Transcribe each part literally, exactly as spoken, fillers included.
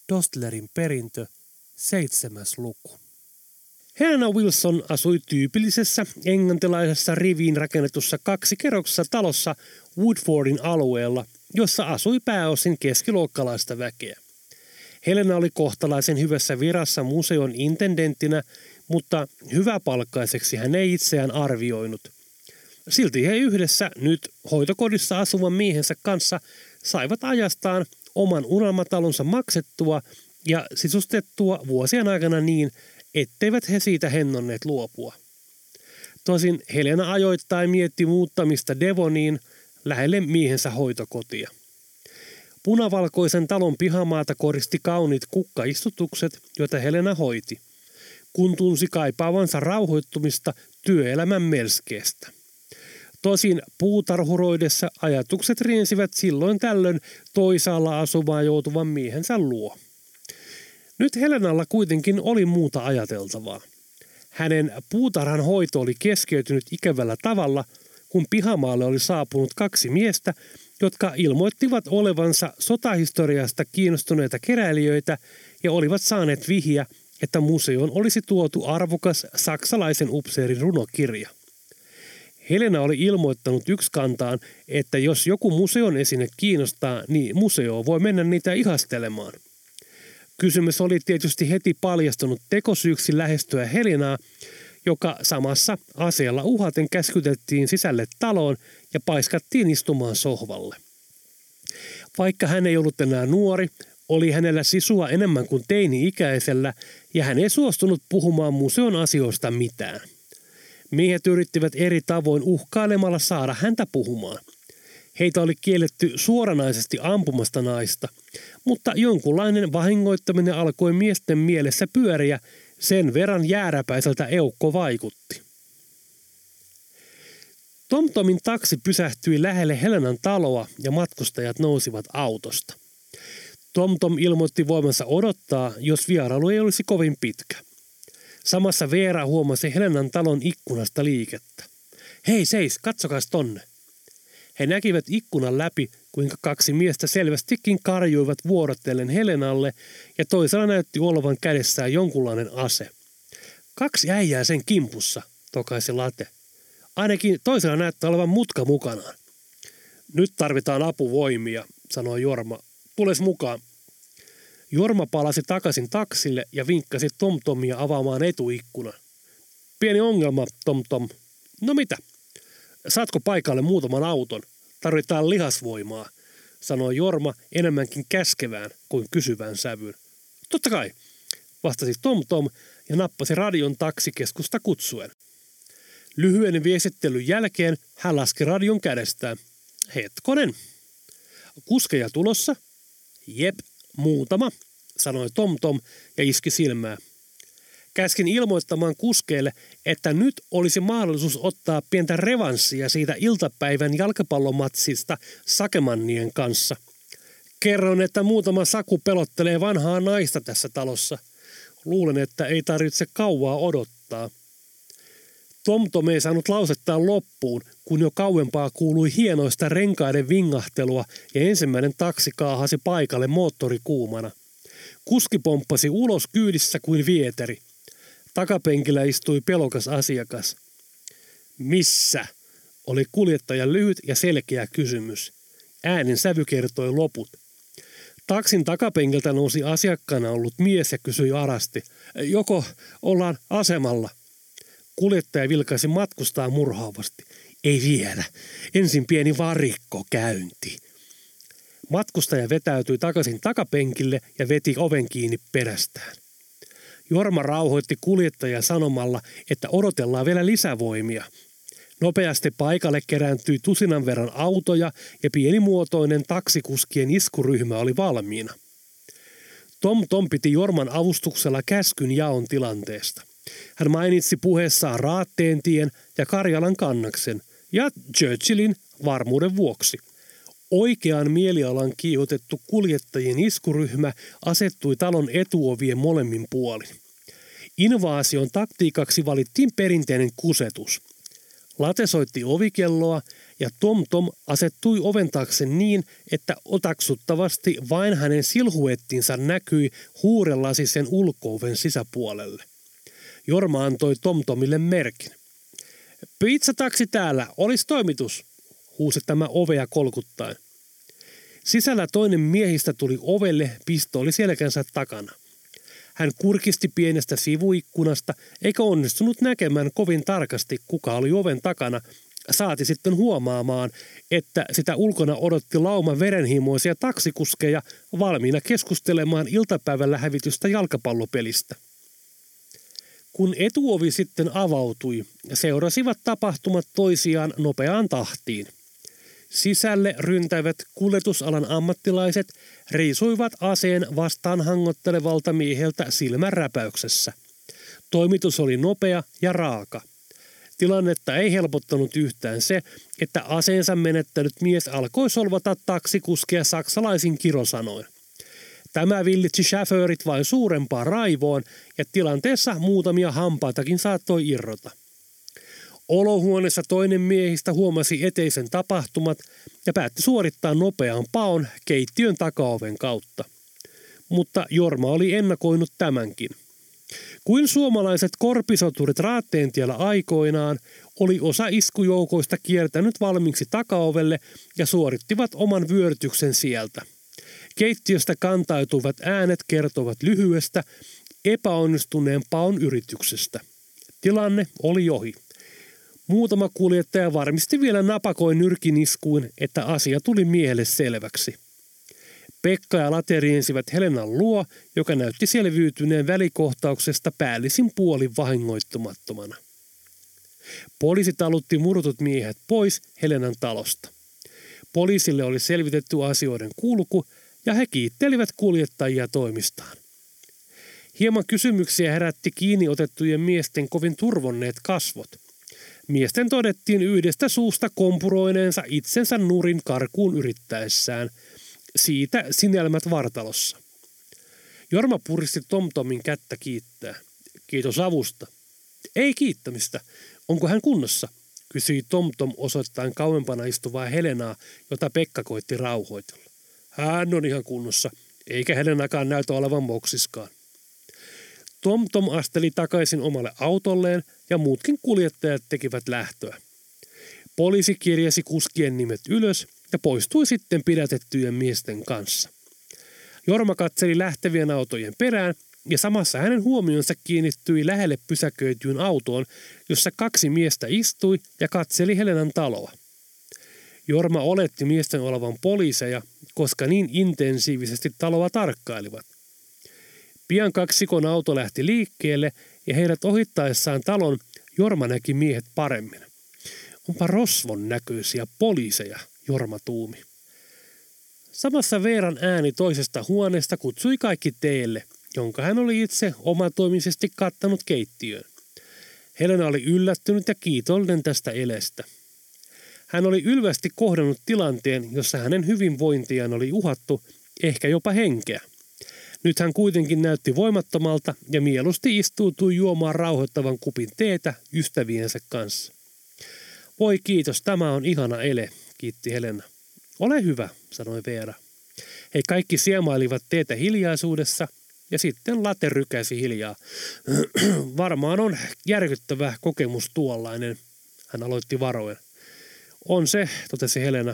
Dostlerin perintö, seitsemäs luku. Helena Wilson asui tyypillisessä englantilaisessa riviin rakennetussa kaksikerroksessa talossa Woodfordin alueella, jossa asui pääosin keskiluokkalaista väkeä. Helena oli kohtalaisen hyvässä virassa museon intendenttinä, mutta hyväpalkkaiseksi hän ei itseään arvioinut. Silti he yhdessä nyt hoitokodissa asuvan miehensä kanssa saivat ajastaan oman unelmatalonsa maksettua ja sisustettua vuosien aikana niin, etteivät he siitä hennonneet luopua. Tosin Helena ajoittain mietti muuttamista Devoniin lähelle miehensä hoitokotia. Punavalkoisen talon pihamaata koristi kauniit kukkaistutukset, joita Helena hoiti, kun tunsi kaipaavansa rauhoittumista työelämän melskeestä. Tosin puutarhuroidessa ajatukset riensivät silloin tällöin toisaalla asumaan joutuvan miehensä luo. Nyt Helenalla kuitenkin oli muuta ajateltavaa. Hänen puutarhan hoito oli keskeytynyt ikävällä tavalla, kun pihamaalle oli saapunut kaksi miestä, jotka ilmoittivat olevansa sotahistoriasta kiinnostuneita keräilijöitä ja olivat saaneet vihjeä, että museoon olisi tuotu arvokas saksalaisen upseerin runokirja. Helena oli ilmoittanut yksikantaan, että jos joku museon esine kiinnostaa, niin museo voi mennä niitä ihastelemaan. Kysymys oli tietysti heti paljastunut tekosyyksi lähestyä Helenaa, joka samassa aseella uhaten käskytettiin sisälle taloon ja paiskattiin istumaan sohvalle. Vaikka hän ei ollut enää nuori, oli hänellä sisua enemmän kuin teini-ikäisellä ja hän ei suostunut puhumaan museon asioista mitään. Miehet yrittivät eri tavoin uhkailemalla saada häntä puhumaan. Heitä oli kielletty suoranaisesti ampumasta naista, mutta jonkunlainen vahingoittaminen alkoi miesten mielessä pyöriä, sen verran jääräpäiseltä eukko vaikutti. TomTomin taksi pysähtyi lähelle Helenan taloa ja matkustajat nousivat autosta. TomTom ilmoitti voimansa odottaa, jos vierailu ei olisi kovin pitkä. Samassa Veera huomasi Helenan talon ikkunasta liikettä. Hei seis, katsokas tonne. He näkivät ikkunan läpi, kuinka kaksi miestä selvästikin karjuivat vuorotellen Helenalle ja toisella näytti olevan kädessään jonkunlainen ase. Kaksi äijää sen kimpussa, tokaisi Late. Ainakin toisella näyttää olevan mutka mukanaan. Nyt tarvitaan apuvoimia, sanoi Jorma. Tules mukaan. Jorma palasi takaisin taksille ja vinkkasi TomTomia avaamaan etuikkunan. Pieni ongelma, TomTom. No mitä? Saatko paikalle muutaman auton? Tarvitaan lihasvoimaa, sanoi Jorma enemmänkin käskevään kuin kysyvään sävyyn. Totta kai, vastasi TomTom ja nappasi radion taksikeskusta kutsuen. Lyhyen viestittelyn jälkeen hän laski radion kädestään. Hetkonen. Kuskeja tulossa? Jep, muutama, sanoi TomTom ja iski silmää. Käskin ilmoittamaan kuskeille, että nyt olisi mahdollisuus ottaa pientä revanssia siitä iltapäivän jalkapallomatsista Sakemannien kanssa. Kerron, että muutama saku pelottelee vanhaa naista tässä talossa. Luulen, että ei tarvitse kauaa odottaa. TomTom ei saanut lausettaan loppuun, kun jo kauempaa kuului hienoista renkaiden vingahtelua ja ensimmäinen taksi kaahasi paikalle moottori kuumana. Kuski pomppasi ulos kyydissä kuin vieteri. Takapenkillä istui pelokas asiakas. Missä? Oli kuljettajan lyhyt ja selkeä kysymys. Äänen sävy kertoi loput. Taksin takapenkiltä nousi asiakkaana ollut mies ja kysyi arasti. Joko ollaan asemalla? Kuljettaja vilkaisi matkustaa murhaavasti. Ei vielä. Ensin pieni varikkokäynti. Matkustaja vetäytyi takaisin takapenkille ja veti oven kiinni perästään. Jorma rauhoitti kuljettajaa sanomalla, että odotellaan vielä lisävoimia. Nopeasti paikalle kerääntyi tusinan verran autoja ja pienimuotoinen taksikuskien iskuryhmä oli valmiina. TomTom piti Jorman avustuksella käskyn jaon tilanteesta. Hän mainitsi puheessaan Raatteentien ja Karjalan kannaksen ja Churchillin varmuuden vuoksi. Oikean mielialan kiihotettu kuljettajien iskuryhmä asettui talon etuovien molemmin puolin. Invaasion taktiikaksi valittiin perinteinen kusetus. Late soitti ovikelloa ja Tom Tom asettui oven taakse niin, että otaksuttavasti vain hänen silhuettinsa näkyi huurellasi sen ulko-oven sisäpuolelle. Jorma antoi Tom Tomille merkin. Pizzataksi täällä, olisi toimitus, huusi tämä ovea kolkuttaen. Sisällä toinen miehistä tuli ovelle pistooli selkänsä takana. Hän kurkisti pienestä sivuikkunasta, eikä onnistunut näkemään kovin tarkasti, kuka oli oven takana, saati sitten huomaamaan, että sitä ulkona odotti lauma verenhimoisia taksikuskeja valmiina keskustelemaan iltapäivällä hävitystä jalkapallopelistä. Kun etuovi sitten avautui, seurasivat tapahtumat toisiaan nopeaan tahtiin. Sisälle ryntävät kuljetusalan ammattilaiset riisuivat aseen vastaan hangottelevalta mieheltä silmänräpäyksessä. Toimitus oli nopea ja raaka. Tilannetta ei helpottanut yhtään se, että aseensa menettänyt mies alkoi solvata taksikuskia saksalaisin kirosanoin. Tämä villitsi chauffeurit vain suurempaan raivoon ja tilanteessa muutamia hampaitakin saattoi irrota. Olohuoneessa toinen miehistä huomasi eteisen tapahtumat ja päätti suorittaa nopean paon keittiön takaoven kautta. Mutta Jorma oli ennakoinut tämänkin. Kuin suomalaiset korpisoturit Raatteentiellä aikoinaan, oli osa iskujoukoista kiertänyt valmiiksi takaovelle ja suorittivat oman vyörytyksen sieltä. Keittiöstä kantautuvat äänet kertovat lyhyestä, epäonnistuneen paon yrityksestä. Tilanne oli ohi. Muutama kuljettaja varmisti vielä napakoin nyrkiniskuin, että asia tuli miehelle selväksi. Pekka ja Late riensivät Helenan luo, joka näytti selviytyneen välikohtauksesta päällisin puolin vahingoittumattomana. Poliisi talutti murtut miehet pois Helenan talosta. Poliisille oli selvitetty asioiden kulku ja he kiittelivät kuljettajia toimistaan. Hieman kysymyksiä herätti kiinni otettujen miesten kovin turvonneet kasvot. Miesten todettiin yhdestä suusta kompuroineensa itsensä nurin karkuun yrittäessään. Siitä sinelmät vartalossa. Jorma puristi TomTomin kättä kiittää. Kiitos avusta. Ei kiittämistä. Onko hän kunnossa? Kysyi TomTom osoittaen kauempana istuvaa Helenaa, jota Pekka koitti rauhoitella. Hän on ihan kunnossa, eikä Helenakaan näytä olevan moksiskaan. TomTom asteli takaisin omalle autolleen ja muutkin kuljettajat tekivät lähtöä. Poliisi kirjasi kuskien nimet ylös ja poistui sitten pidätettyjen miesten kanssa. Jorma katseli lähtevien autojen perään ja samassa hänen huomionsa kiinnittyi lähelle pysäköityyn autoon, jossa kaksi miestä istui ja katseli Helenan taloa. Jorma oletti miesten olevan poliiseja, koska niin intensiivisesti taloa tarkkailivat. Pian kaksikon auto lähti liikkeelle ja heidät ohittaessaan talon Jorma näki miehet paremmin. Onpa rosvon näköisiä poliiseja, Jorma tuumi. Samassa Veeran ääni toisesta huoneesta kutsui kaikki teelle, jonka hän oli itse omatoimisesti kattanut keittiöön. Helena oli yllättynyt ja kiitollinen tästä elestä. Hän oli ylvästi kohdannut tilanteen, jossa hänen hyvinvointiaan oli uhattu, ehkä jopa henkeä. Nyt hän kuitenkin näytti voimattomalta ja mieluusti istuutui juomaan rauhoittavan kupin teetä ystäviensä kanssa. Voi kiitos, tämä on ihana ele, kiitti Helena. Ole hyvä, sanoi Veera. He kaikki siemailivat teetä hiljaisuudessa ja sitten Late rykäsi hiljaa. Varmaan on järkyttävä kokemus tuollainen, hän aloitti varoen. On se, totesi Helena.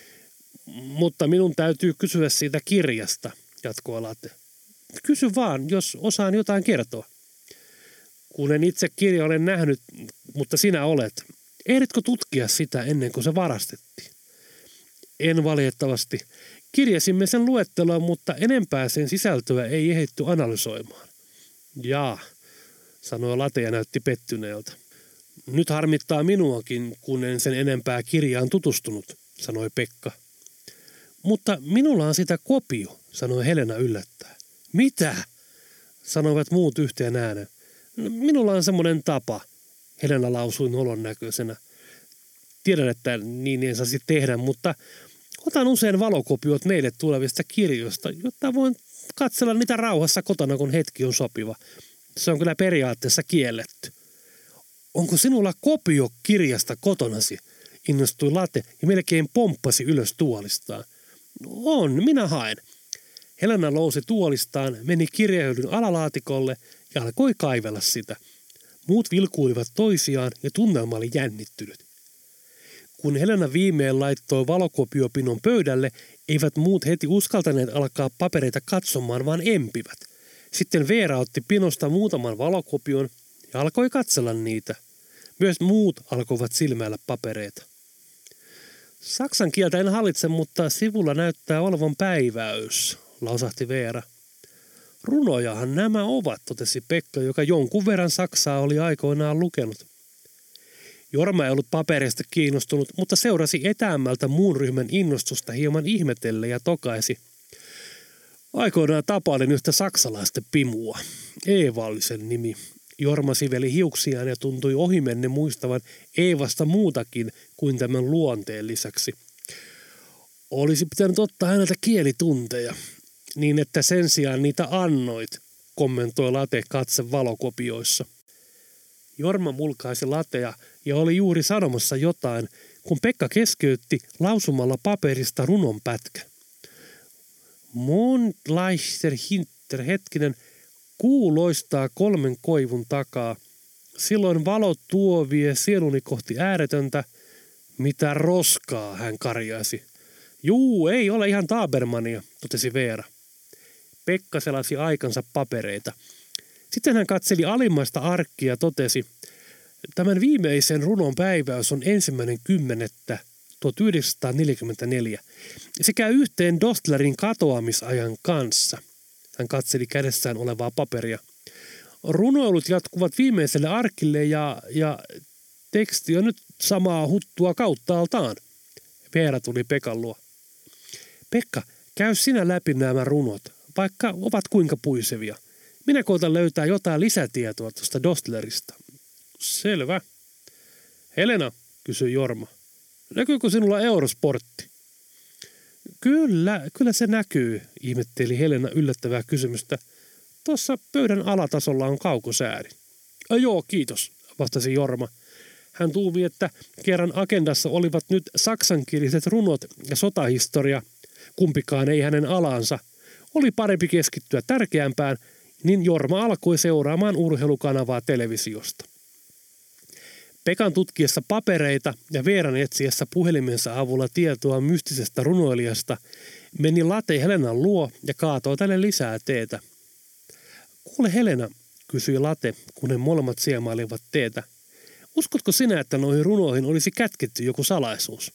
Mutta minun täytyy kysyä siitä kirjasta, jatkoi Late. Kysy vaan, jos osaan jotain kertoa. Kun en itse kirja olen nähnyt, mutta sinä olet. Ehditkö tutkia sitä ennen kuin se varastettiin? En valitettavasti. Kirjasimme sen luetteloon, mutta enempää sen sisältöä ei ehditty analysoimaan. Jaa, sanoi Late ja näytti pettyneeltä. Nyt harmittaa minuakin, kun en sen enempää kirjaan tutustunut, sanoi Pekka. Mutta minulla on sitä kopio, sanoi Helena yllättäen. Mitä? Sanoivat muut yhteen äänen. Minulla on semmoinen tapa, Helena lausui nolon näköisenä. Tiedän, että niin en saisi tehdä, mutta otan usein valokopiot meille tulevista kirjoista, jotta voin katsella niitä rauhassa kotona, kun hetki on sopiva. Se on kyllä periaatteessa kielletty. Onko sinulla kopio kirjasta kotonasi? innostui Late ja melkein pomppasi ylös tuolistaan. On, minä haen. Helena nousi tuolistaan, meni kirjahyllyn alalaatikolle ja alkoi kaivella sitä. Muut vilkuilivat toisiaan ja tunnelma oli jännittynyt. Kun Helena viimein laittoi valokopiopinon pöydälle, eivät muut heti uskaltaneet alkaa papereita katsomaan, vaan empivät. Sitten Veera otti pinosta muutaman valokopion ja alkoi katsella niitä. Myös muut alkoivat silmäillä papereita. Saksan kieltä en hallitse, mutta sivulla näyttää olevan päiväys, lausahti Veera. Runojahan nämä ovat, totesi Pekka, joka jonkun verran saksaa oli aikoinaan lukenut. Jorma ei ollut paperista kiinnostunut, mutta seurasi etäämmältä muun ryhmän innostusta hieman ihmetelle ja tokaisi. Aikoinaan tapailin yhtä saksalaista pimua. Eeva oli sen nimi. Jorma siveli hiuksiaan ja tuntui ohimenne muistavan Eevasta muutakin kuin tämän luonteen lisäksi. Olisi pitänyt ottaa häneltä kielitunteja, niin että sen sijaan niitä annoit, kommentoi Late katse valokopioissa. Jorma mulkaisi Latea ja oli juuri sanomassa jotain, kun Pekka keskeytti lausumalla paperista runon pätkä. Mondleister hinter, hetkinen, kuu loistaa kolmen koivun takaa. Silloin valo tuo vie sieluni kohti ääretöntä. Mitä roskaa, hän karjaisi. Juu, ei ole ihan Tabermania, totesi Veera. Pekka selasi aikansa papereita. Sitten hän katseli alimmaista arkkia ja totesi, tämän viimeisen runon päiväys on ensimmäinen kymmenettä tuhatyhdeksänsataaneljäkymmentäneljä. Se käy yhteen Dostlerin katoamisajan kanssa. Hän katseli kädessään olevaa paperia. Runoilut jatkuvat viimeiselle arkille ja, ja teksti on nyt samaa huttua kauttaaltaan. Veera tuli Pekan luo. Pekka, käy sinä läpi nämä runot, vaikka ovat kuinka puisevia. Minä koitan löytää jotain lisätietoa tuosta Dostlerista. Selvä. Helena, kysyi Jorma. Näkyykö sinulla Eurosportti? Kyllä, kyllä se näkyy, ihmetteli Helena yllättävää kysymystä. Tuossa pöydän alatasolla on kaukosääri. Joo, kiitos, vastasi Jorma. Hän tuumi, että kerran agendassa olivat nyt saksankieliset runot ja sotahistoria, kumpikaan ei hänen alansa. Oli parempi keskittyä tärkeämpään, niin Jorma alkoi seuraamaan urheilukanavaa televisiosta. Pekan tutkiessa papereita ja Veeran etsiessä puhelimensa avulla tietoa mystisestä runoilijasta meni Late Helenan luo ja kaatoi tälle lisää teetä. Kuule Helena, kysyi Late, kun he molemmat siemailivat teetä. Uskotko sinä, että noihin runoihin olisi kätketty joku salaisuus?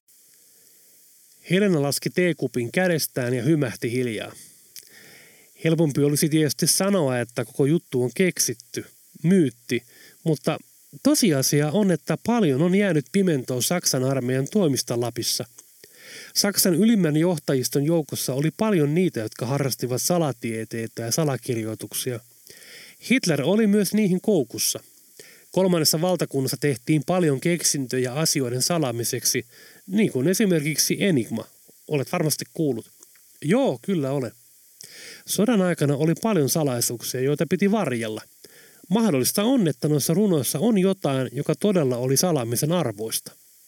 Helena laski teekupin kädestään ja hymähti hiljaa. Helpompi olisi tietysti sanoa, että koko juttu on keksitty, myytti, mutta tosiasia on, että paljon on jäänyt pimentoon Saksan armeijan toimista Lapissa. Saksan ylimmän johtajiston joukossa oli paljon niitä, jotka harrastivat salatieteitä ja salakirjoituksia. Hitler oli myös niihin koukussa. Kolmannessa valtakunnassa tehtiin paljon keksintöjä asioiden salamiseksi, niin kuin esimerkiksi Enigma. Olet varmasti kuullut. Joo, kyllä olen. Sodan aikana oli paljon salaisuuksia, joita piti varjella. Mahdollista on, että noissa runoissa on jotain, joka todella oli salaamisen arvoista.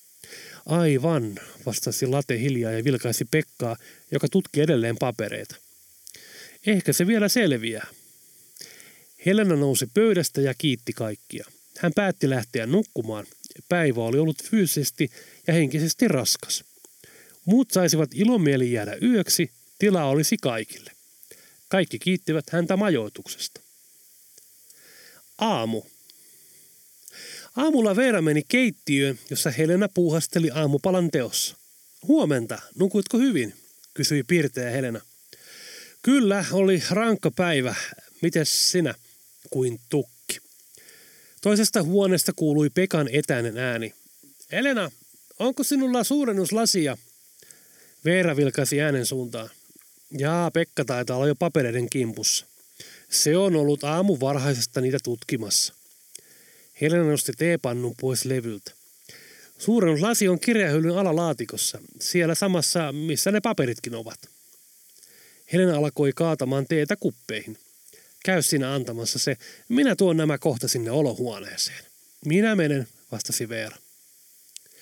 Aivan, vastasi Late hiljaa ja vilkaisi Pekkaa, joka tutki edelleen papereita. Ehkä se vielä selviää. Helena nousi pöydästä ja kiitti kaikkia. Hän päätti lähteä nukkumaan. Päivä oli ollut fyysisesti ja henkisesti raskas. Muut saisivat ilomieli jäädä yöksi, tilaa olisi kaikille. Kaikki kiittivät häntä majoituksesta. Aamu. Aamulla Veera meni keittiöön, jossa Helena puuhasteli aamupalan teossa. Huomenta, nukuitko hyvin? Kysyi pirteä Helena. Kyllä, oli rankka päivä. Mites sinä? Kuin tukki. Toisesta huoneesta kuului Pekan etäinen ääni. Helena, onko sinulla suurennuslasia? Veera vilkaisi äänen suuntaan. Jaa, Pekka taitaa olla jo papereiden kimpussa. Se on ollut aamu varhaisesta niitä tutkimassa. Helena nosti teepannun pois levyltä. Suurennuslasi on kirjahyllyn alalaatikossa, siellä samassa, missä ne paperitkin ovat. Helena alkoi kaatamaan teetä kuppeihin. Käy sinä antamassa se, minä tuon nämä kohta sinne olohuoneeseen. Minä menen, vastasi Veera.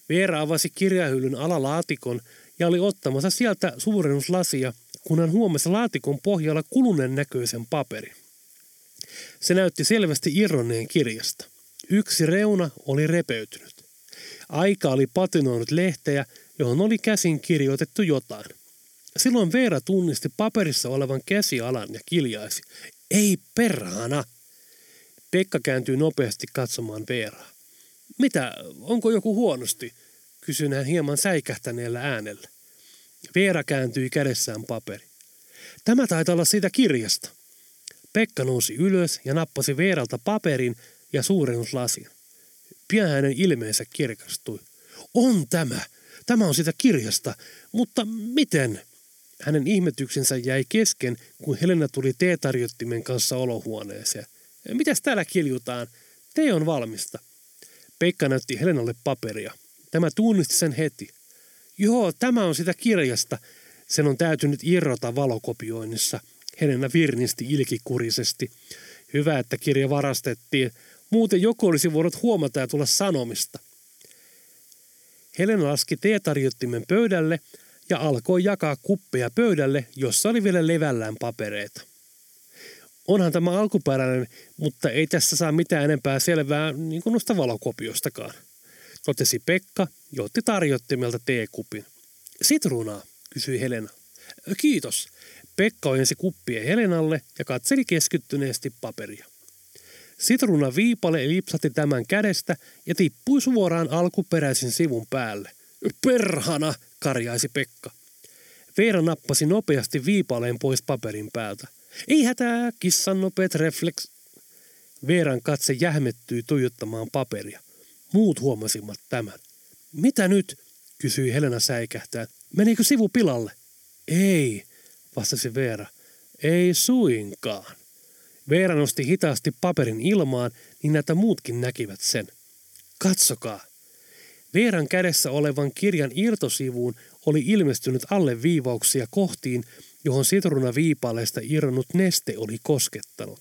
Veera avasi kirjahyllyn alalaatikon ja oli ottamassa sieltä suurennuslasia, kun hän huomasi laatikon pohjalla kuluneen näköisen paperin. Se näytti selvästi irronneen kirjasta. Yksi reuna oli repeytynyt. Aika oli patinoinut lehteä, johon oli käsin kirjoitettu jotain. Silloin Veera tunnisti paperissa olevan käsialan ja kiljaisi. Ei perhana! Pekka kääntyi nopeasti katsomaan Veeraa. Mitä, onko joku huonosti? Kysyi hän hieman säikähtäneellä äänellä. Veera kääntyi kädessään paperi. Tämä taitaa olla siitä kirjasta. Pekka nousi ylös ja nappasi Veeralta paperin ja suurennuslasin. Pian hänen ilmeensä kirkastui. On tämä! Tämä on sitä kirjasta, mutta miten? Hänen ihmetyksensä jäi kesken, kun Helena tuli teetarjottimen kanssa olohuoneeseen. Mitäs täällä kiljutaan? Tee on valmista. Pekka näytti Helenalle paperia. Tämä tunnisti sen heti. Joo, tämä on sitä kirjasta. Sen on täytynyt irrota valokopioinnissa. Helena virnisti ilkikurisesti. Hyvä, että kirja varastettiin. Muuten joku olisi voinut huomata ja tulla sanomista. Helena laski teetarjottimen pöydälle ja alkoi jakaa kuppeja pöydälle, jossa oli vielä levällään papereita. Onhan tämä alkuperäinen, mutta ei tässä saa mitään enempää selvää niin kuin noista valokopiostakaan, totesi Pekka ja otti tarjottimelta teekupin. Sitruunaa, kysyi Helena. Kiitos. Pekka ojensi kuppia Helenalle ja katseli keskittyneesti paperia. Sitruunan viipale lipsahti tämän kädestä ja tippui suoraan alkuperäisen sivun päälle. Perhana, karjaisi Pekka. Veera nappasi nopeasti viipaleen pois paperin päältä. Ei hätää, kissan nopeat refleks. Veeran katse jähmettyi tuijottamaan paperia. Muut huomasivat tämän. Mitä nyt? Kysyi Helena säikähtäen. Menikö sivu pilalle? Ei, vastasi Veera. Ei suinkaan. Veera nosti hitaasti paperin ilmaan, niin että muutkin näkivät sen. Katsokaa. Veeran kädessä olevan kirjan irtosivuun oli ilmestynyt alleviivauksia kohtiin, johon sitruunaviipaleesta irronnut neste oli koskettanut.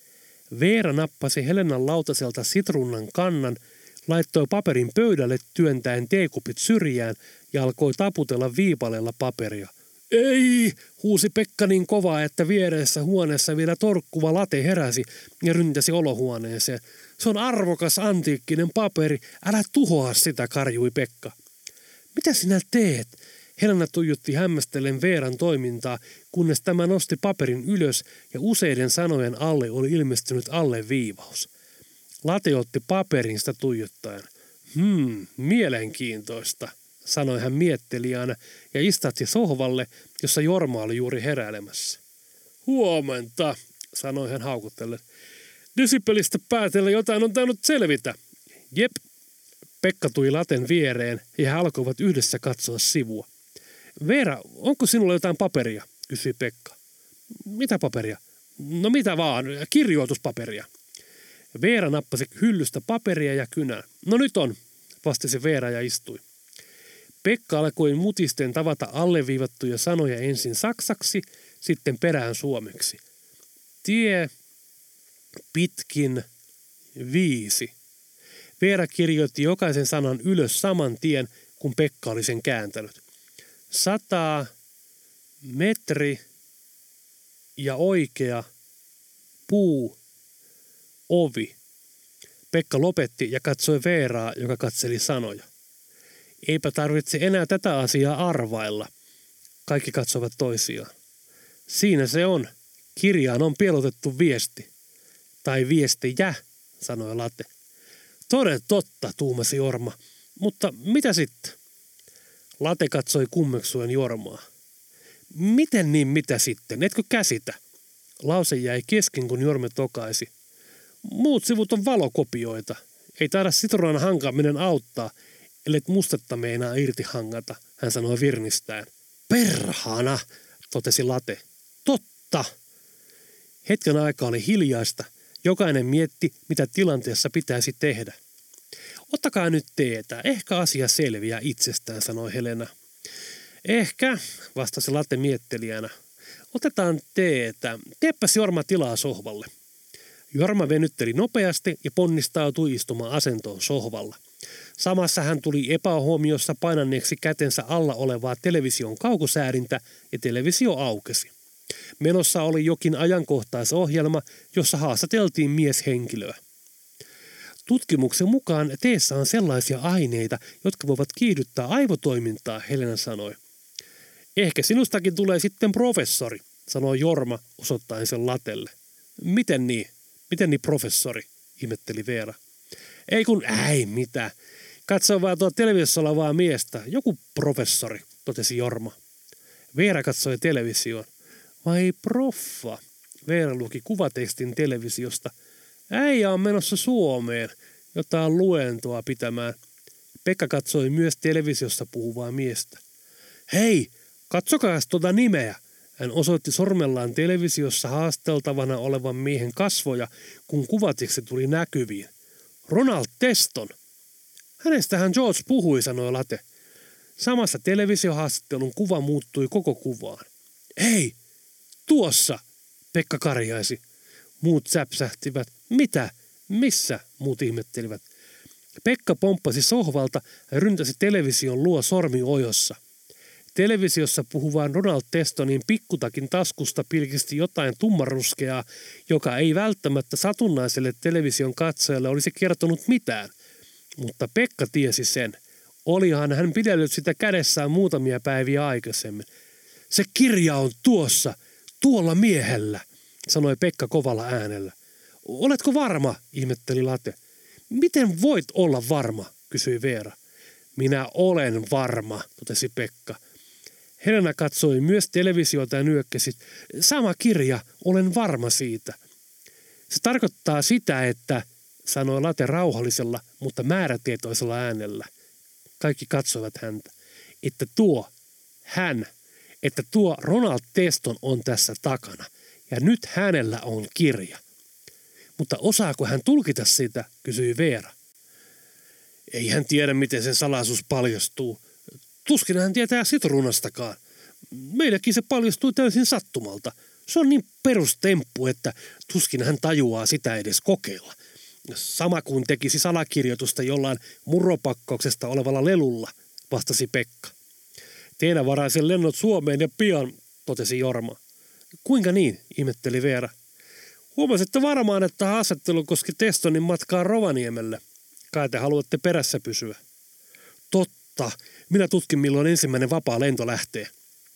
Veera nappasi Helenan lautaselta sitruunan kannan, laittoi paperin pöydälle työntäen teekupit syrjään ja alkoi taputella viipaleella paperia. Ei, huusi Pekka niin kovaa, että viereessä huoneessa vielä torkkuva late heräsi ja ryntäsi olohuoneeseen. Se on arvokas antiikkinen paperi, älä tuhoa sitä, karjui Pekka. Mitä sinä teet? Helena tuijotti hämmästellen Veeran toimintaa, kunnes tämä nosti paperin ylös ja useiden sanojen alle oli ilmestynyt alleviivaus. Late otti paperin sitä tuijottaen. Hmm, mielenkiintoista, sanoi hän miettelijänä ja istahti sohvalle, jossa Jorma oli juuri heräilemässä. Huomenta, sanoi hän haukutellen. Desibelistä päätellä jotain on tainnut selvitä. Jep. Pekka tuli laten viereen ja he alkoivat yhdessä katsoa sivua. Veera, onko sinulla jotain paperia? Kysyi Pekka. Mitä paperia? No mitä vaan, kirjoituspaperia. Veera nappasi hyllystä paperia ja kynää. No nyt on, vastasi Veera ja istui. Pekka alkoi mutisten tavata alleviivattuja sanoja ensin saksaksi, sitten perään suomeksi. Tie, pitkin, viisi. Veera kirjoitti jokaisen sanan ylös saman tien, kun Pekka oli sen kääntänyt. Sata, metri ja oikea, puu, ovi. Pekka lopetti ja katsoi Veeraa, joka katseli sanoja. Eipä tarvitse enää tätä asiaa arvailla. Kaikki katsovat toisiaan. Siinä se on. Kirjaan on piilotettu viesti. Tai viestejä, sanoi Late. Toden totta, tuumasi Jorma. Mutta mitä sitten? Late katsoi kummeksuen Jormaa. Miten niin mitä sitten? Etkö käsitä? Lause jäi kesken, kun Jorme tokaisi. Muut sivut on valokopioita. Ei taida sitruunan hankaaminen auttaa, ellet mustetta meinaa irti hangata, hän sanoi virnistäen. Perhana, totesi Late. Totta. Hetken aikaa oli hiljaista. Jokainen mietti, mitä tilanteessa pitäisi tehdä. Ottakaa nyt teetä. Ehkä asia selviää itsestään, sanoi Helena. Ehkä, vastasi Late miettelijänä. Otetaan teetä. Teepäs Jorma tilaa sohvalle. Jorma venytteli nopeasti ja ponnistautui istumaan asentoon sohvalla. Samassa hän tuli epähuomiossa painanneeksi kätensä alla olevaa television kaukosäädintä ja televisio aukesi. Menossa oli jokin ajankohtaisohjelma, jossa haastateltiin mieshenkilöä. Tutkimuksen mukaan teessä on sellaisia aineita, jotka voivat kiihdyttää aivotoimintaa, Helena sanoi. Ehkä sinustakin tulee sitten professori, sanoi Jorma osoittaen sen latelle. Miten niin? Miten niin professori? Ihmetteli Veera. Ei kun, ei mitään. Katso vaan tuo televisiossa olevaa miestä. Joku professori, totesi Jorma. Veera katsoi televisioon. Vai proffa? Veera luki kuvatekstin televisiosta. Äijä on menossa Suomeen, jotain luentoa pitämään. Pekka katsoi myös televisiossa puhuvaa miestä. Hei, katsokaas tuota nimeä. Hän osoitti sormellaan televisiossa haasteltavana olevan miehen kasvoja, kun kuvateksti tuli näkyviin. Ronald Teston. Hänestähän George puhui, sanoi Late. Samassa televisiohaastattelun kuva muuttui koko kuvaan. Hei, tuossa, Pekka karjaisi. Muut säpsähtivät. Mitä? Missä? Muut ihmettelivät. Pekka pomppasi sohvalta ja ryntäsi television luo sormi ojossa. Televisiossa puhuvaan Ronald Testonin pikkutakin taskusta pilkisti jotain tummaruskeaa, joka ei välttämättä satunnaiselle television katsojalle olisi kertonut mitään. Mutta Pekka tiesi sen. Olihan hän pidellyt sitä kädessään muutamia päiviä aikaisemmin. Se kirja on tuossa, tuolla miehellä, sanoi Pekka kovalla äänellä. Oletko varma, ihmetteli Late. Miten voit olla varma, kysyi Veera. Minä olen varma, totesi Pekka. Helena katsoi myös televisiota ja nyökkäsi. Sama kirja, olen varma siitä. Se tarkoittaa sitä, että, sanoi Late rauhallisella, mutta määrätietoisella äänellä. Kaikki katsoivat häntä. Että tuo, hän, että tuo Ronald Teston on tässä takana. Ja nyt hänellä on kirja. Mutta osaako hän tulkita sitä, kysyi Veera. Ei hän tiedä, miten sen salaisuus paljastuu. Tuskin hän tietää sitruunastakaan. Meillekin se paljastui täysin sattumalta. Se on niin perustemppu, että tuskin hän tajuaa sitä edes kokeilla. Sama kuin tekisi salakirjoitusta jollain murropakkauksesta olevalla lelulla, vastasi Pekka. Teillä varaisen lennot Suomeen ja pian, totesi Jorma. Kuinka niin, ihmetteli Veera. Huomasitte varmaan, että haastattelu koski Testonin matkaa Rovaniemelle. Kai te haluatte perässä pysyä. Totta. Minä tutkin, milloin ensimmäinen vapaa lento lähtee.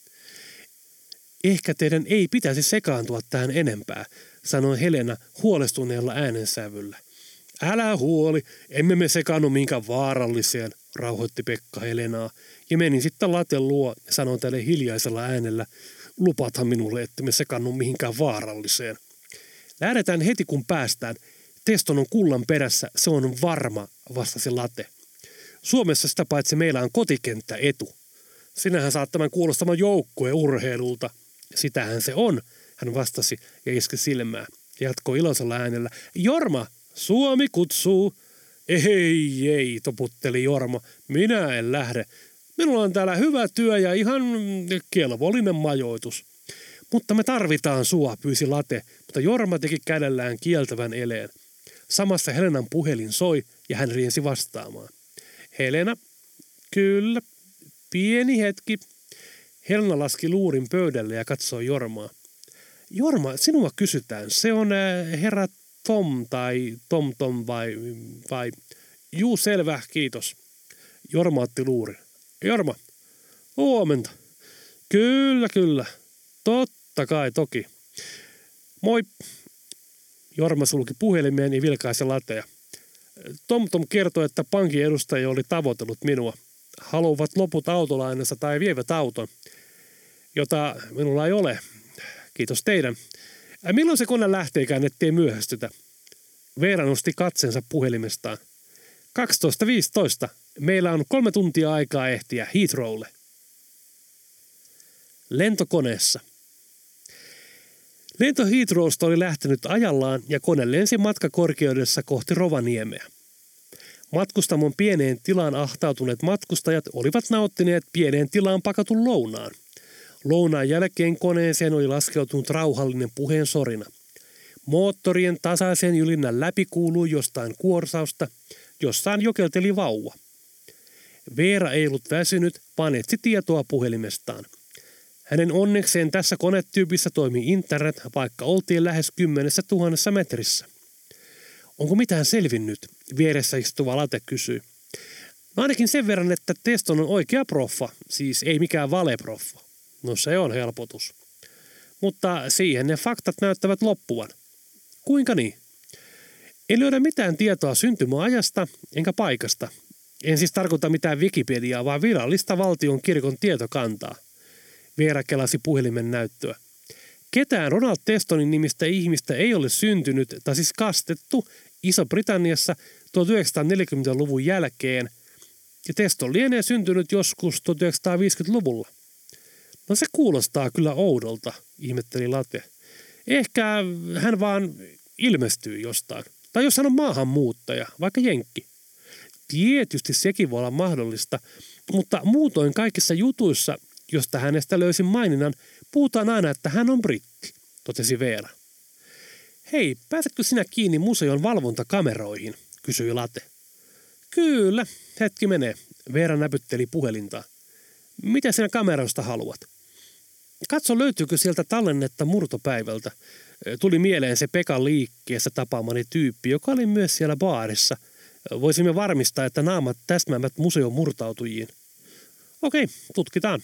Ehkä teidän ei pitäisi sekaantua tähän enempää, sanoi Helena huolestuneella äänensävyllä. Älä huoli, emme me sekaannu minkään vaaralliseen, rauhoitti Pekka Helenaa ja meni sitten Laten luo ja sanoi tälle hiljaisella äänellä, lupaathan minulle, että me sekaannu mihinkään vaaralliseen. Lähdetään heti kun päästään. Teston on kullan perässä, se on varma, vastasi Late. Suomessa sitä paitsi meillä on kotikenttä etu. Sinähän saat tämän kuulostamaan joukkueen urheilulta. Sitähän se on, hän vastasi ja iski silmää. Jatkoi iloisella äänellä. Jorma, Suomi kutsuu. Ei, ei, toputteli Jorma. Minä en lähde. Minulla on täällä hyvä työ ja ihan kelvollinen majoitus. Mutta me tarvitaan sua, pyysi Late, mutta Jorma teki kädellään kieltävän eleen. Samassa Helenan puhelin soi ja hän riensi vastaamaan. Helena, kyllä, pieni hetki. Helena laski luurin pöydälle ja katsoi Jormaa. Jorma, sinua kysytään. Se on äh, herra Tom tai Tom Tom vai, vai... Juu, selvä, kiitos. Jorma otti luurin. Jorma, huomenta. Kyllä, kyllä. Totta kai, toki. Moi. Jorma sulki puhelimeen ja vilkaisi Latea. Tom Tom kertoi, että pankin edustaja oli tavoitellut minua. Haluavat loput autolainassa tai vievät auton, jota minulla ei ole. Kiitos teidän. Milloin se kone lähteekään, ettei myöhästytä? Veera nosti katsensa puhelimestaan. kaksitoista viisitoista. Meillä on kolme tuntia aikaa ehtiä Heathrowlle. Lentokoneessa. Lento Heathrowsta oli lähtenyt ajallaan ja kone lensi matkakorkeudessa kohti Rovaniemeä. Matkustamon pieneen tilaan ahtautuneet matkustajat olivat nauttineet pieneen tilaan pakatun lounaan. Lounaan jälkeen koneeseen oli laskeutunut rauhallinen puheen sorina. Moottorien tasaisen jylinnän läpi kuului jostain kuorsausta, jossain jokelteli vauva. Veera ei ollut väsynyt, vaan etsi tietoa puhelimestaan. Hänen onnekseen tässä konetyypissä toimi internet, vaikka oltiin lähes kymmenessä tuhannessa metrissä. Onko mitään selvinnyt? Vieressä istuva Late kysyi. No ainakin sen verran, että Teston on oikea proffa, siis ei mikään valeproffa. No se on helpotus. Mutta siihen ne faktat näyttävät loppuvan. Kuinka niin? En löydä mitään tietoa syntymäajasta enkä paikasta. En siis tarkoita mitään Wikipediaa, vaan virallista valtion kirkon tietokantaa. Veera kelasi puhelimen näyttöä. Ketään Ronald Testonin nimistä ihmistä ei ole syntynyt, tai siis kastettu, Iso-Britanniassa tuhatyhdeksänsataaneljäkymmentäluvun jälkeen, ja Teston lienee syntynyt joskus tuhatyhdeksänsataaviisikymmentäluvulla. No se kuulostaa kyllä oudolta, ihmetteli Late. Ehkä hän vaan ilmestyy jostain. Tai jos hän on maahanmuuttaja, vaikka jenkki. Tietysti sekin voi olla mahdollista, mutta muutoin kaikissa jutuissa, josta hänestä löysin maininnan, puhutaan aina, että hän on britti, totesi Veera. Hei, pääsetkö sinä kiinni museon valvontakameroihin, kysyi Late. Kyllä, hetki menee. Veera näpytteli puhelinta. Mitä sinä kameroista haluat? Katso, löytyykö sieltä tallennetta murtopäivältä. Tuli mieleen se Pekan liikkeessä tapaamani tyyppi, joka oli myös siellä baarissa. Voisimme varmistaa, että naamat täsmäävät museon murtautujiin. Okei, tutkitaan.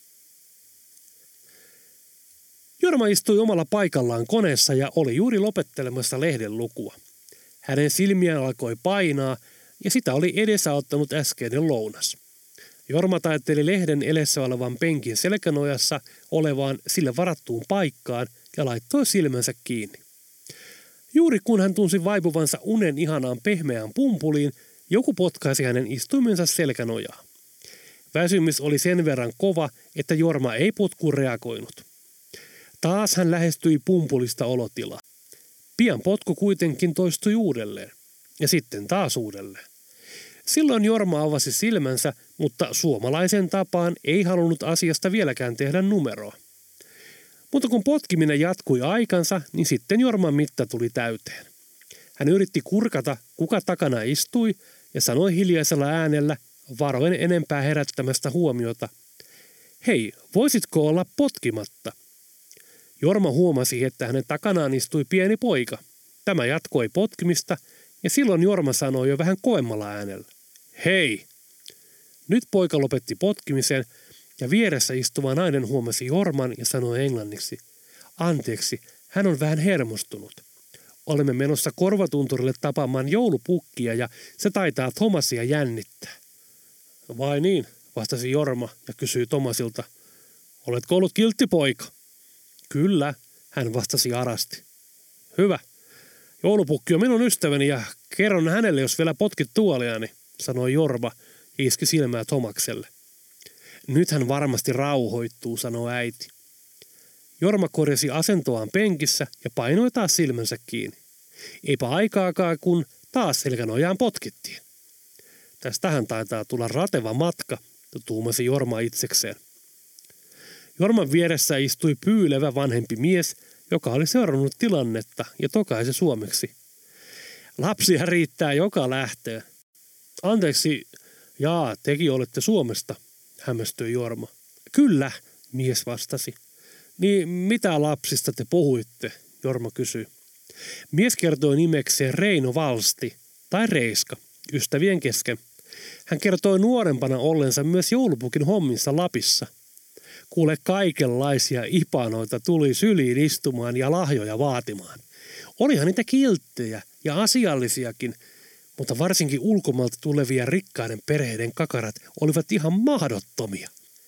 Jorma istui omalla paikallaan koneessa ja oli juuri lopettelemassa lehden lukua. Hänen silmiään alkoi painaa ja sitä oli edesauttanut äskeinen lounas. Jorma taitteli lehden edessä olevan penkin selkänojassa olevaan sille varattuun paikkaan ja laittoi silmänsä kiinni. Juuri kun hän tunsi vaipuvansa unen ihanaan pehmeään pumpuliin, joku potkaisi hänen istuimensa selkänojaa. Väsymys oli sen verran kova, että Jorma ei potkuun reagoinut. Taas hän lähestyi pumpulista olotilaa. Pian potku kuitenkin toistui uudelleen. Ja sitten taas uudelleen. Silloin Jorma avasi silmänsä, mutta suomalaisen tapaan ei halunnut asiasta vieläkään tehdä numeroa. Mutta kun potkiminen jatkui aikansa, niin sitten Jorman mitta tuli täyteen. Hän yritti kurkata, kuka takana istui, ja sanoi hiljaisella äänellä, varoen enempää herättämästä huomiota. Hei, voisitko olla potkimatta? Jorma huomasi, että hänen takanaan istui pieni poika. Tämä jatkoi potkimista, ja silloin Jorma sanoi jo vähän koemmalla äänellä. Hei! Nyt poika lopetti potkimisen, ja vieressä istuva nainen huomasi Jorman ja sanoi englanniksi. Anteeksi, hän on vähän hermostunut. Olemme menossa korvatunturille tapaamaan joulupukkia, ja se taitaa Thomasia jännittää. Vai niin, vastasi Jorma ja kysyi Thomasilta. Oletko ollut kiltti poika? Kyllä, hän vastasi arasti. Hyvä. Joulupukki on minun ystäväni ja kerron hänelle, jos vielä potkit tuoliani, sanoi Jorma ja iski silmää Tomakselle. Nyt hän varmasti rauhoittuu, sanoi äiti. Jorma korjasi asentoaan penkissä ja painoi taas silmänsä kiinni. Eipä aikaakaan, kun taas selkänojaan potkittiin. Tästähän taitaa tulla rateva matka, tuumasi Jorma itsekseen. Jorman vieressä istui pyylevä vanhempi mies, joka oli seurannut tilannetta ja tokaisi suomeksi. Lapsia riittää joka lähtöön. Anteeksi, jaa, tekin olette Suomesta, hämmästyi Jorma. Kyllä, mies vastasi. Niin mitä lapsista te puhuitte, Jorma kysyi. Mies kertoi nimekseen Reino Valsti, tai Reiska, ystävien kesken. Hän kertoi nuorempana ollensa myös joulupukin hommissa Lapissa. Kuule, kaikenlaisia ipanoita tuli syliin istumaan ja lahjoja vaatimaan. Olihan niitä kilttejä ja asiallisiakin, mutta varsinkin ulkomailta tulevia rikkaiden perheiden kakarat olivat ihan mahdottomia.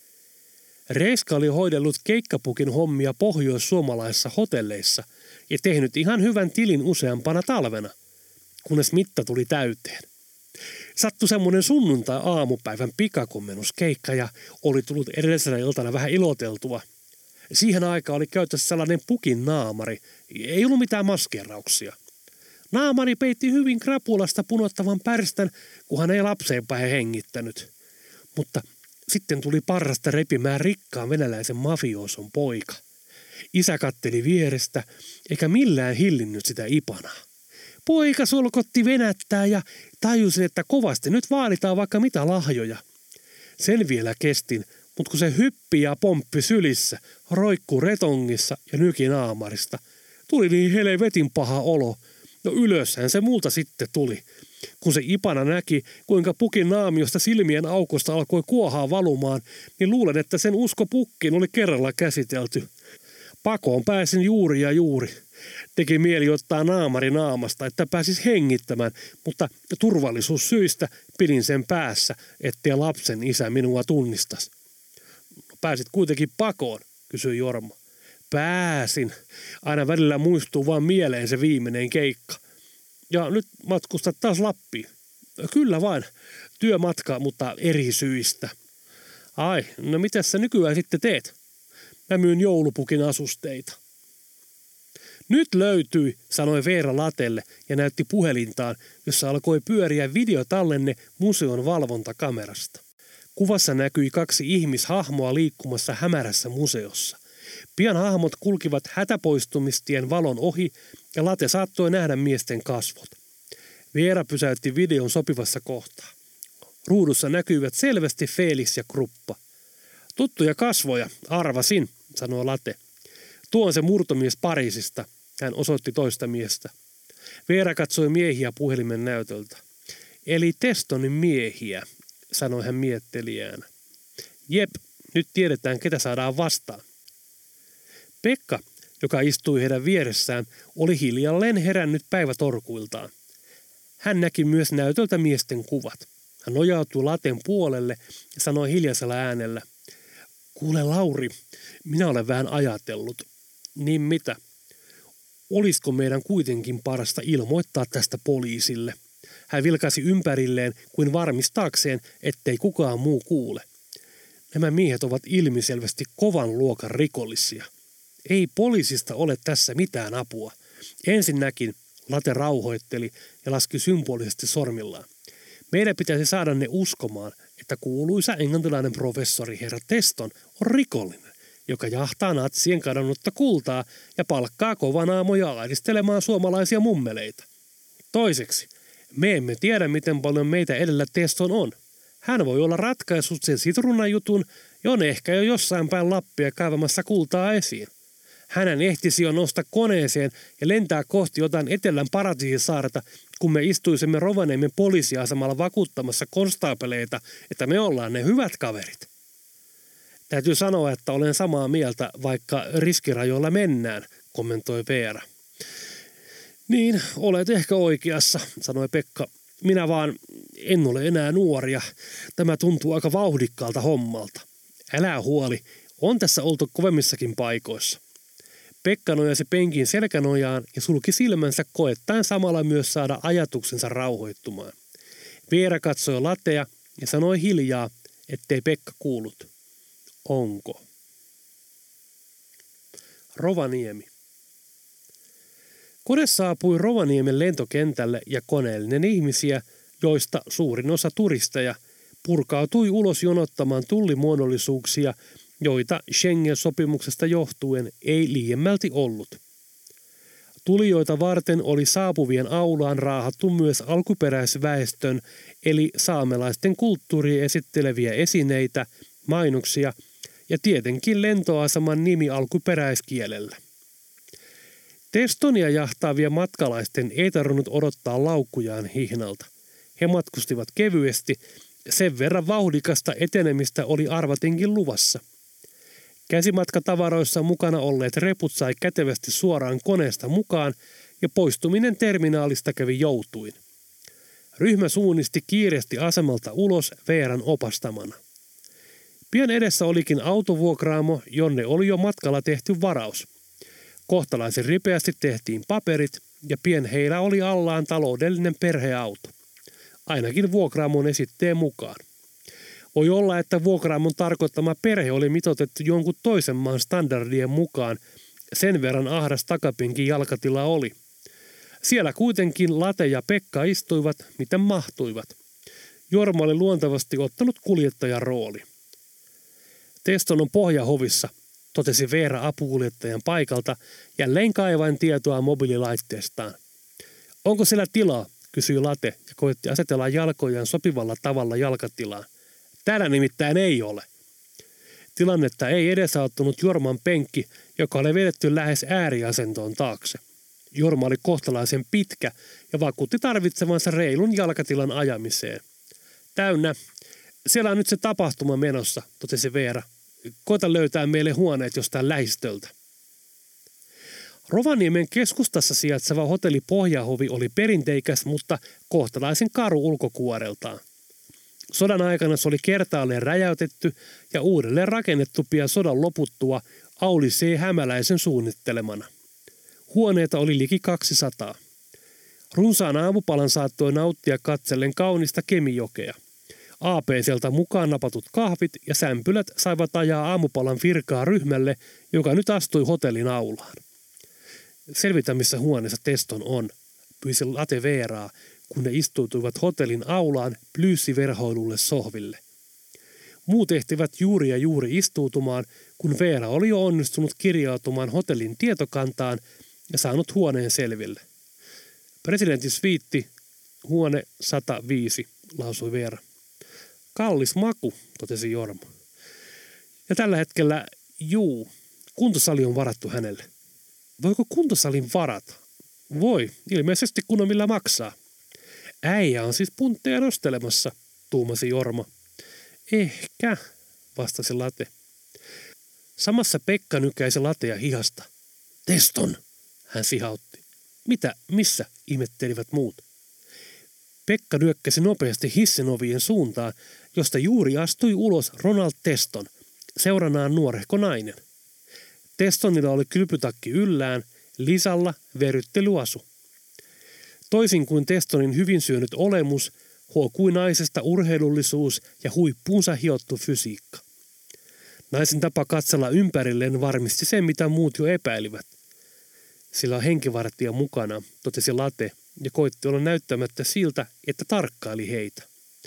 Reiska oli hoidellut keikkapukin hommia pohjoissuomalaisissa hotelleissa ja tehnyt ihan hyvän tilin useampana talvena, kunnes mitta tuli täyteen. Sattui semmoinen sunnuntai-aamupäivän pikakommennuskeikka ja oli tullut edellisenä iltana vähän iloteltua. Siihen aikaan oli käytössä sellainen pukin naamari, ei ollut mitään maskeerauksia. Naamari peitti hyvin krapulasta punottavan pärstän, kun hän ei lapseen päin hengittänyt. Mutta sitten tuli parrasta repimään rikkaan venäläisen mafioson poika. Isä katteli vierestä, eikä millään hillinnyt sitä ipanaa. Poika solkotti venättää ja tajusin, että kovasti nyt vaaditaan vaikka mitä lahjoja. Sen vielä kestin, mutta kun se hyppi ja pomppi sylissä, roikkuu retongissa ja nyki naamarista, tuli niin helvetin paha olo. No ylöshän se multa sitten tuli. Kun se Ipana näki, kuinka pukin naamiosta silmien aukosta alkoi kuohaa valumaan, niin luulen, että sen usko pukkiin oli kerralla käsitelty. Pakoon pääsin juuri ja juuri. Teki mieli ottaa naamari naamasta, että pääsis hengittämään, mutta turvallisuussyistä pidin sen päässä, ettei lapsen isä minua tunnistas. No, pääsit kuitenkin pakoon, kysyi Jorma. Pääsin. Aina välillä muistuu vaan mieleen se viimeinen keikka. Ja nyt matkustat taas Lappiin. Kyllä vain. Työmatka, mutta eri syistä. Ai, no mitäs sä nykyään sitten teet? Mä myyn joulupukin asusteita. Nyt löytyi, sanoi Veera Latelle ja näytti puhelintaan, jossa alkoi pyöriä videotallenne museon valvontakamerasta. Kuvassa näkyi kaksi ihmishahmoa liikkumassa hämärässä museossa. Pian hahmot kulkivat hätäpoistumistien valon ohi ja Late saattoi nähdä miesten kasvot. Veera pysäytti videon sopivassa kohtaa. Ruudussa näkyivät selvästi Felix ja Kruppa. Tuttuja kasvoja, arvasin, sanoi Late. Tuo on se murtomies Pariisista, hän osoitti toista miestä. Veera katsoi miehiä puhelimen näytöltä. Eli Testonin miehiä, sanoi hän miettelijään. Jep, nyt tiedetään ketä saadaan vastaan. Pekka, joka istui heidän vieressään, oli hiljalleen herännyt päivätorkuiltaan. Hän näki myös näytöltä miesten kuvat. Hän nojautui Laten puolelle ja sanoi hiljaisella äänellä. Kuule Lauri, minä olen vähän ajatellut. Niin mitä? Olisiko meidän kuitenkin parasta ilmoittaa tästä poliisille? Hän vilkaisi ympärilleen kuin varmistaakseen, ettei kukaan muu kuule. Nämä miehet ovat ilmiselvästi kovan luokan rikollisia. Ei poliisista ole tässä mitään apua. Ensinnäkin Late rauhoitteli ja laski symbolisesti sormillaan. Meidän pitäisi saada ne uskomaan, että kuuluisa englantilainen professori herra Teston on rikollinen, joka jahtaa natsien kadonnutta kultaa ja palkkaa kovanaamoja ahdistelemaan suomalaisia mummeleita. Toiseksi, me emme tiedä miten paljon meitä edellä Teston on. Hän voi olla ratkaissut sen sitrunajutun ja on ehkä jo jossain päin Lappia kaivamassa kultaa esiin. Hänen ehtisi jo nousta koneeseen ja lentää kohti jotain etelän paratiisisaarta, kun me istuisimme Rovaniemen poliisiasemalla vakuuttamassa konstaapeleita, että me ollaan ne hyvät kaverit. Täytyy sanoa, että olen samaa mieltä, vaikka riskirajoilla mennään, kommentoi Veera. Niin, olet ehkä oikeassa, sanoi Pekka. Minä vaan en ole enää nuoria. Tämä tuntuu aika vauhdikkaalta hommalta. Älä huoli, on tässä oltu kovemmissakin paikoissa. Pekka nojasi penkin selkänojaan ja sulki silmänsä koettaen samalla myös saada ajatuksensa rauhoittumaan. Veera katsoi Latea ja sanoi hiljaa, ettei Pekka kuullut. Onko? Rovaniemi. Kone saapui Rovaniemen lentokentälle ja koneellinen ihmisiä, joista suurin osa turisteja, purkautui ulos jonottamaan tullimuodollisuuksia, joita Schengen-sopimuksesta johtuen ei liiemmälti ollut. Tulijoita varten oli saapuvien aulaan raahattu myös alkuperäisväestön eli saamelaisten kulttuuria esitteleviä esineitä, mainoksia ja tietenkin lentoaseman nimi alkuperäiskielellä. Testonia jahtaavia matkalaisten ei tarvinnut odottaa laukkujaan hihnalta. He matkustivat kevyesti, sen verran vauhdikasta etenemistä oli arvatenkin luvassa. Käsimatkatavaroissa mukana olleet reput sai kätevästi suoraan koneesta mukaan ja poistuminen terminaalista kävi joutuin. Ryhmä suunnisti kiireesti asemalta ulos Veeran opastamana. Pian edessä olikin autovuokraamo, jonne oli jo matkalla tehty varaus. Kohtalaisen ripeästi tehtiin paperit ja pian heillä oli allaan taloudellinen perheauto. Ainakin vuokraamon esitteen mukaan. Voi olla, että vuokraamon tarkoittama perhe oli mitoitettu jonkun toisen maan standardien mukaan. Sen verran ahdas takapenkin jalkatila oli. Siellä kuitenkin Late ja Pekka istuivat, miten mahtuivat. Jorma oli luontevasti ottanut kuljettajan rooli. Teston on pohjahovissa, totesi Veera apukuljettajan paikalta, jälleen kaivain tietoa mobiililaitteestaan. Onko siellä tilaa, kysyi Late ja koitti asetella jalkojaan sopivalla tavalla jalkatilaan. Täällä nimittäin ei ole. Tilannetta ei edesauttanut Jorman penkki, joka oli vedetty lähes ääriasentoon taakse. Jorma oli kohtalaisen pitkä ja vakuutti tarvitsevansa reilun jalkatilan ajamiseen. Täynnä. Siellä on nyt se tapahtuma menossa, totesi Veera. Koita löytää meille huoneet jostain lähistöltä. Rovaniemen keskustassa sijaitseva hotelli Pohjahovi oli perinteikäs, mutta kohtalaisen karu ulkokuoreltaan. Sodan aikana se oli kertaalleen räjäytetty ja uudelleen rakennettu pian sodan loputtua Auli C. Hämäläisen suunnittelemana. Huoneita oli liki kaksisataa. Runsaan aamupalan saattoi nauttia katsellen kaunista Kemijokea. Aapeeselta mukaan napatut kahvit ja sämpylät saivat ajaa aamupalan virkaa ryhmälle, joka nyt astui hotellin aulaan. Selvitä, missä huoneessa Teston on, pyysi Late Veeraa, kun ne istuutuivat hotellin aulaan plyyssiverhoilulle sohville. Muut ehtivät juuri ja juuri istuutumaan, kun Veera oli jo onnistunut kirjautumaan hotellin tietokantaan ja saanut huoneen selville. Presidentin sviitti, huone sata viisi, lausui Veera. Kallis maku, totesi Jorma. Ja tällä hetkellä, juu, kuntosali on varattu hänelle. Voiko kuntosalin varata? Voi, ilmeisesti kun on millä maksaa. Äijä on siis puntteja nostelemassa, tuumasi Jorma. Ehkä, vastasi Late. Samassa Pekka nykäisi Latea hihasta. Teston, hän sihautti. Mitä, missä, ihmettelivät muut. Pekka nyökkäsi nopeasti hissin ovien suuntaan, josta juuri astui ulos Ronald Teston, seuranaan nuorehko nainen. Testonilla oli kylpytakki yllään, Lisalla veryttelyasu. Toisin kuin Testonin hyvin syönyt olemus, huokui naisesta urheilullisuus ja huippuunsa hiottu fysiikka. Naisen tapa katsella ympärilleen varmisti sen, mitä muut jo epäilivät. Sillä on henkivartija mukana, totesi Late, ja koitti olla näyttämättä siltä, että tarkkaili heitä.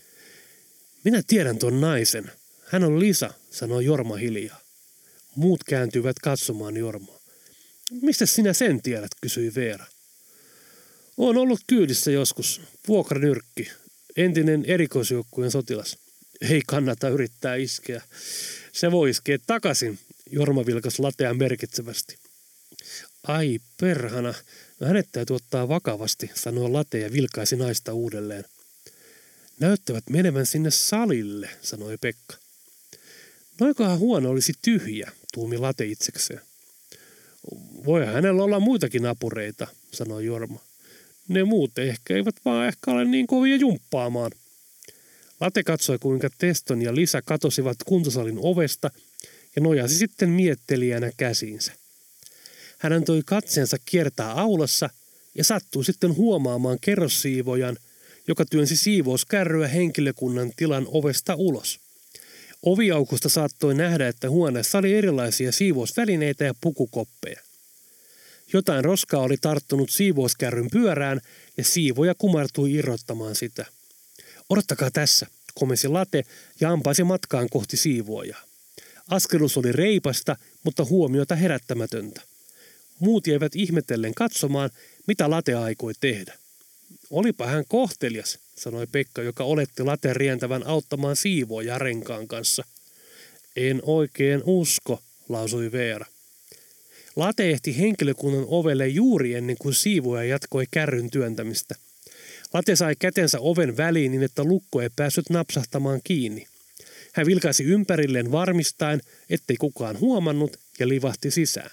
Minä tiedän tuon naisen. Hän on Lisa, sanoi Jorma hiljaa. Muut kääntyivät katsomaan Jormaa. Mistä sinä sen tiedät, kysyi Veera. Olen ollut kyydissä joskus, vuokranyrkki, entinen erikoisjoukkueen sotilas. Ei kannata yrittää iskeä. Se voi iskeä takaisin, Jorma vilkas Latea merkitsevästi. Ai perhana, no hänet täytyy ottaa vakavasti, sanoi Late ja vilkaisi naista uudelleen. Näyttävät menevän sinne salille, sanoi Pekka. Noinkohan huone olisi tyhjä, tuumi Late itsekseen. Voi hänellä olla muitakin apureita, sanoi Jorma. Ne muut ehkä eivät vaan ehkä ole niin kovia jumppaamaan. Late katsoi, kuinka Teston ja Lisa katosivat kuntosalin ovesta ja nojasi sitten miettelijänä käsiinsä. Hän antoi katseensa kiertää aulassa ja sattui sitten huomaamaan kerrossiivojan, joka työnsi siivouskärryä henkilökunnan tilan ovesta ulos. Oviaukosta saattoi nähdä, että huoneessa oli erilaisia siivousvälineitä ja pukukoppeja. Jotain roskaa oli tarttunut siivouskärryn pyörään ja siivoja kumartui irrottamaan sitä. Odottakaa tässä, komesi Late ja ampaisi matkaan kohti siivoojaa. Askelus oli reipasta, mutta huomiota herättämätöntä. Muut jäivät ihmetellen katsomaan, mitä Late aikoi tehdä. Olipa hän kohtelias, sanoi Pekka, joka oletti Laten rientävän auttamaan siivoojaa renkaan kanssa. En oikein usko, lausui Veera. Late ehti henkilökunnan ovelle juuri ennen kuin siivoja jatkoi kärryn työntämistä. Late sai kätensä oven väliin niin, että lukko ei päässyt napsahtamaan kiinni. Hän vilkaisi ympärilleen varmistaen, ettei kukaan huomannut ja livahti sisään.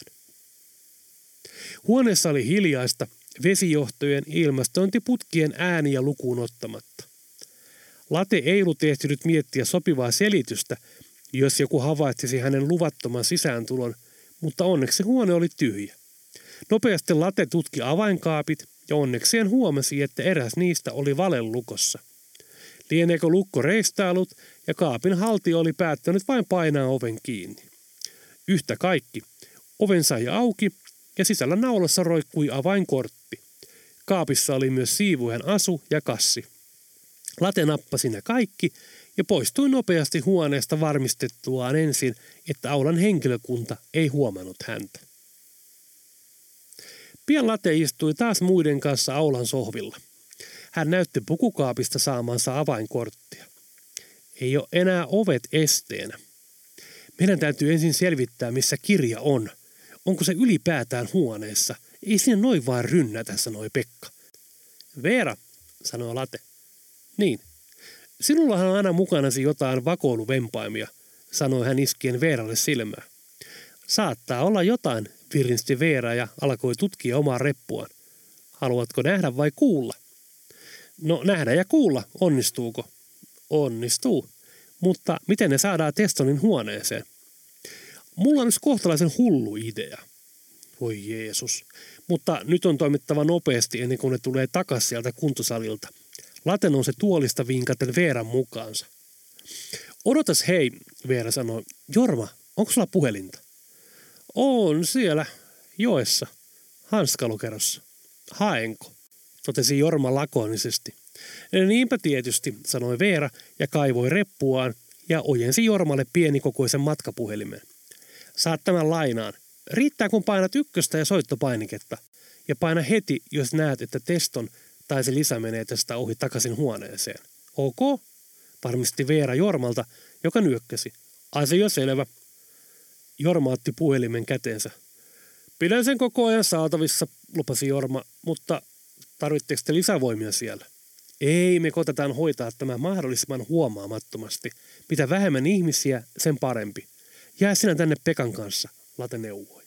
Huoneessa oli hiljaista, vesijohtojen ilmastointiputkien ääniä lukuun ottamatta. Late ei ollut ehtinyt miettiä sopivaa selitystä, jos joku havaitsisi hänen luvattoman sisääntulon, mutta onneksi huone oli tyhjä. Nopeasti Late tutki avainkaapit ja onnekseen huomasi, että eräs niistä oli valelukossa. Lieneekö lukko reistailut ja kaapin haltija oli päättänyt vain painaa oven kiinni. Yhtä kaikki, oven sai auki ja sisällä naulassa roikkui avainkortti. Kaapissa oli myös siivujen asu ja kassi. Late nappasi ne kaikki ja poistui nopeasti huoneesta varmistettuaan ensin, että aulan henkilökunta ei huomannut häntä. Pian Late istui taas muiden kanssa aulan sohvilla. Hän näytti pukukaapista saamansa avainkorttia. Ei ole enää ovet esteenä. Meidän täytyy ensin selvittää, missä kirja on. Onko se ylipäätään huoneessa? Ei sinne noin vaan rynnätä, sanoi Pekka. Veera, sanoi Late. Niin. Sinullahan on aina mukanasi jotain vakoiluvempaimia, sanoi hän iskien Veeralle silmää. Saattaa olla jotain, virinsti Veera ja alkoi tutkia omaa reppuaan. Haluatko nähdä vai kuulla? No nähdä ja kuulla, onnistuuko? Onnistuu. Mutta miten ne saadaan Testonin huoneeseen? Mulla on nyt kohtalaisen hullu idea. Voi Jeesus. Mutta nyt on toimittava nopeasti ennen kuin ne tulee takaisin sieltä kuntosalilta. Late nousi tuolista vinkaten Veeran mukaansa. Odotas hei, Veera sanoi. Jorma, onko sulla puhelinta? On siellä, joessa, hanskalukerossa. Haenko? Totesi Jorma lakonisesti. Niinpä tietysti, sanoi Veera ja kaivoi reppuaan ja ojensi Jormalle pienikokoisen matkapuhelimen. Saat tämän lainaan. Riittää kun painat ykköstä ja soittopainiketta. Ja paina heti, jos näet, että Teston tai se lisä menee tästä ohi takaisin huoneeseen. Ok? Varmisti Veera Jormalta, joka nyökkäsi. Asia selvä. Jorma otti puhelimen käteensä. Pidän sen koko ajan saatavissa, lupasi Jorma, mutta tarvitteeko te lisävoimia siellä? Ei, me koitetaan hoitaa tämä mahdollisimman huomaamattomasti. Mitä vähemmän ihmisiä, sen parempi. Jää sinä tänne Pekan kanssa, Late neuvoi.